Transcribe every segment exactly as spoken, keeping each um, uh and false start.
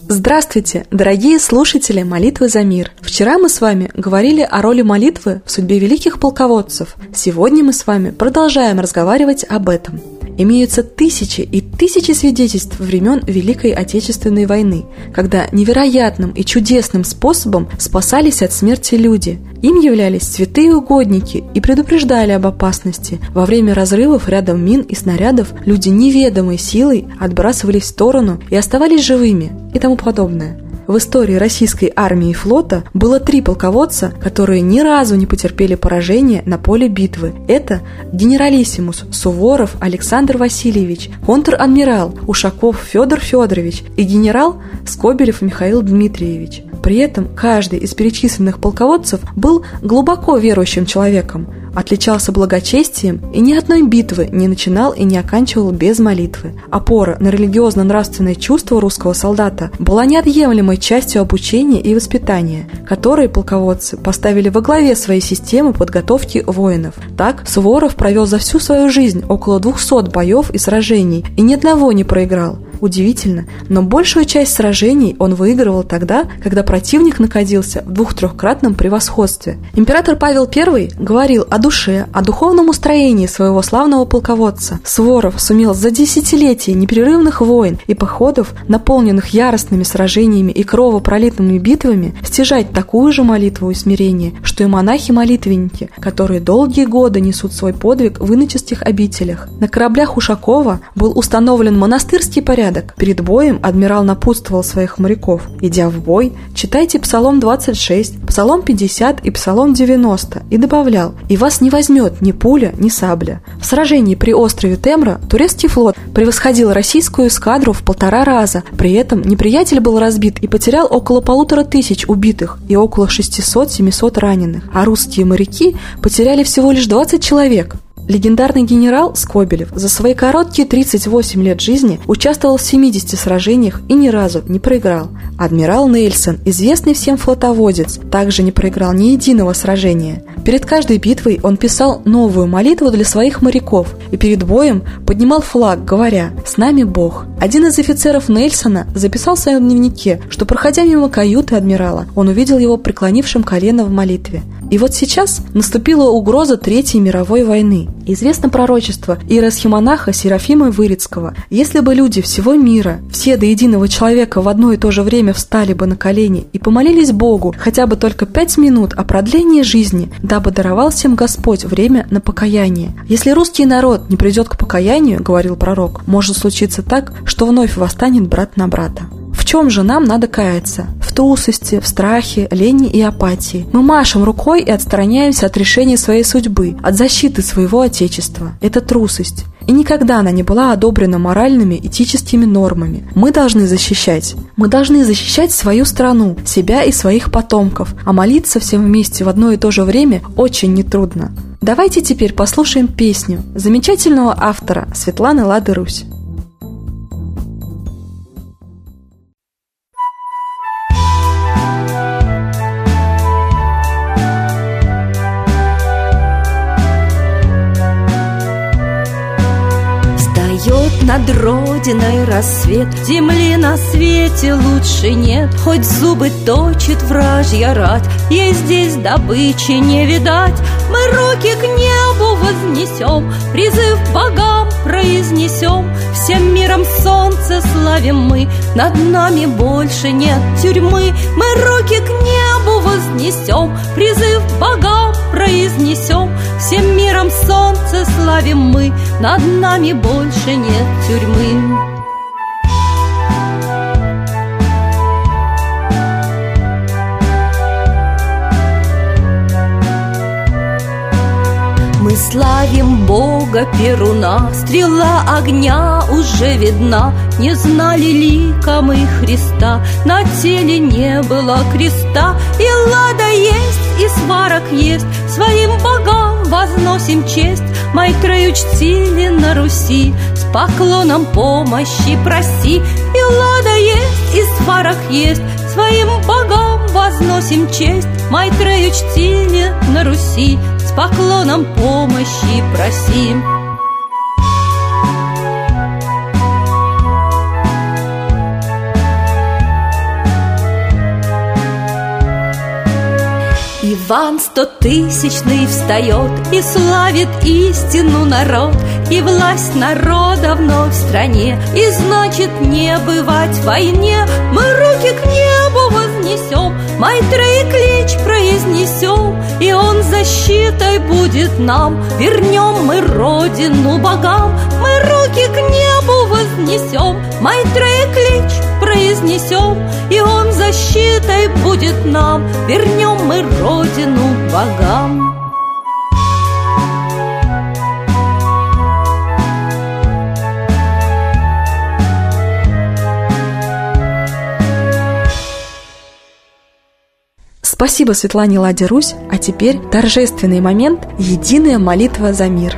Здравствуйте, дорогие слушатели «Молитвы за мир». Вчера мы с вами говорили о роли молитвы в судьбе великих полководцев. Сегодня мы с вами продолжаем разговаривать об этом. Имеются тысячи и тысячи свидетельств времен Великой Отечественной войны, когда невероятным и чудесным способом спасались от смерти люди. Им являлись святые угодники и предупреждали об опасности. Во время разрывов рядом мин и снарядов люди неведомой силой отбрасывались в сторону и оставались живыми и тому подобное. В истории российской армии и флота было три полководца, которые ни разу не потерпели поражения на поле битвы. Это генералиссимус Суворов Александр Васильевич, контр-адмирал Ушаков Федор Федорович и генерал Скобелев Михаил Дмитриевич. При этом каждый из перечисленных полководцев был глубоко верующим человеком, отличался благочестием и ни одной битвы не начинал и не оканчивал без молитвы. Опора на религиозно-нравственное чувство русского солдата была неотъемлемой частью обучения и воспитания, которые полководцы поставили во главе своей системы подготовки воинов. Так, Суворов провел за всю свою жизнь около двухсот боев и сражений и ни одного не проиграл. Удивительно, но большую часть сражений он выигрывал тогда, когда противник находился в двух-трехкратном превосходстве. Император Павел Первый говорил о душе, о духовном устроении своего славного полководца. Суворов сумел за десятилетия непрерывных войн и походов, наполненных яростными сражениями и кровопролитными битвами, стяжать такую же молитву и смирение, что и монахи-молитвенники, которые долгие годы несут свой подвиг в иноческих обителях. На кораблях Ушакова был установлен монастырский порядок. Перед боем адмирал напутствовал своих моряков: идя в бой, читайте Псалом двадцать шесть, Псалом пятьдесят и Псалом девяносто, и добавлял: и вас не возьмет ни пуля, ни сабля. В сражении при острове Темра турецкий флот превосходил российскую эскадру в полтора раза, при этом неприятель был разбит и потерял около полутора тысяч убитых и около шестисот-семисот раненых, а русские моряки потеряли всего лишь двадцать человек. Легендарный генерал Скобелев за свои короткие тридцать восемь лет жизни участвовал в семидесяти сражениях и ни разу не проиграл. Адмирал Нельсон, известный всем флотоводец, также не проиграл ни единого сражения. Перед каждой битвой он писал новую молитву для своих моряков и перед боем поднимал флаг, говоря: «С нами Бог». Один из офицеров Нельсона записал в своем дневнике, что, проходя мимо каюты адмирала, он увидел его преклонившим колено в молитве. И вот сейчас наступила угроза Третьей мировой войны. Известно пророчество иеросхимонаха Серафима Вырицкого: если бы люди всего мира, все до единого человека в одно и то же время встали бы на колени и помолились Богу хотя бы только пять минут о продлении жизни, дабы даровал всем Господь время на покаяние. Если русский народ не придет к покаянию, говорил пророк, может случиться так, что вновь восстанет брат на брата. В чем же нам надо каяться? В трусости, в страхе, лени и апатии. Мы машем рукой и отстраняемся от решения своей судьбы, от защиты своего Отечества. Это трусость. И никогда она не была одобрена моральными, этическими нормами. Мы должны защищать. Мы должны защищать свою страну, себя и своих потомков. А молиться всем вместе в одно и то же время очень нетрудно. Давайте теперь послушаем песню замечательного автора Светланы Лады Русь. Над родиной рассвет, земли на свете лучше нет. Хоть зубы точит вражья рать, ей здесь добычи не видать. Мы руки к небу вознесем, призыв богам произнесем. Всем миром солнце славим мы, над нами больше нет тюрьмы. Мы руки к небу вознесем, призыв богам произнесем. Всем миром солнце славим мы, над нами больше нет тюрьмы. Мы славим Бога Перуна, стрела огня уже видна. Не знали лика мы Христа, на теле не было креста. И лада есть, и сварок есть, своим богам возносим честь. Майтрою чтили на Руси, с поклоном помощи проси. И лада есть, и сварок есть, своим богам возносим честь. Майтрою чтили на Руси, с поклоном помощи просим. Иван стотысячный встает и славит истину народ, и власть народа вновь в стране, и значит не бывать войне. Мы руки к небу вознесем, Майтрей клич произнесем, и он защитой будет нам. Вернем мы родину богам, мы руки к небу вознесем, Майтрей клич произнесем, и он защитой будет нам. Вернем мы родину богам. Спасибо Светлане Ладе Русь, а теперь торжественный момент – единая молитва за мир.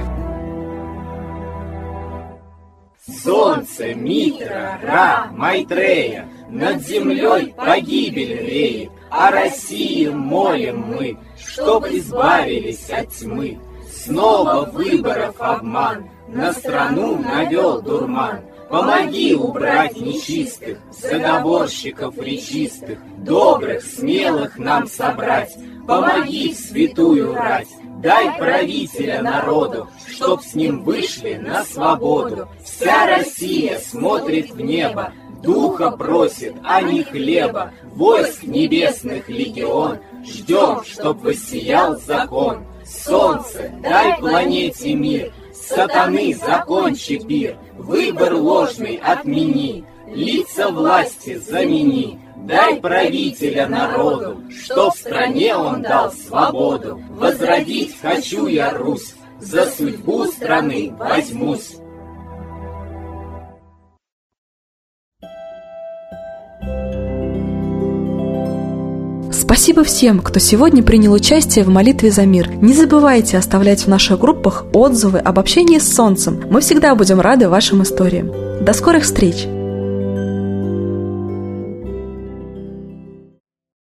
Солнце, Митра, Ра, Майтрея, над землей погибель реет, о России молим мы, чтоб избавились от тьмы. Снова выборов обман, на страну навел дурман. Помоги убрать нечистых, заговорщиков речистых, добрых, смелых нам собрать. Помоги святую рать, дай правителя народу, чтоб с ним вышли на свободу. Вся Россия смотрит в небо, духа просит, а не хлеба. Войск небесных легион, ждем, чтоб воссиял закон. Солнце, дай планете мир, сатаны закончи пир, выбор ложный отмени, лица власти замени. Дай правителя народу, что в стране он дал свободу. Возродить хочу я Русь, за судьбу страны возьмусь. Спасибо всем, кто сегодня принял участие в молитве за мир. Не забывайте оставлять в наших группах отзывы об общении с Солнцем. Мы всегда будем рады вашим историям. До скорых встреч!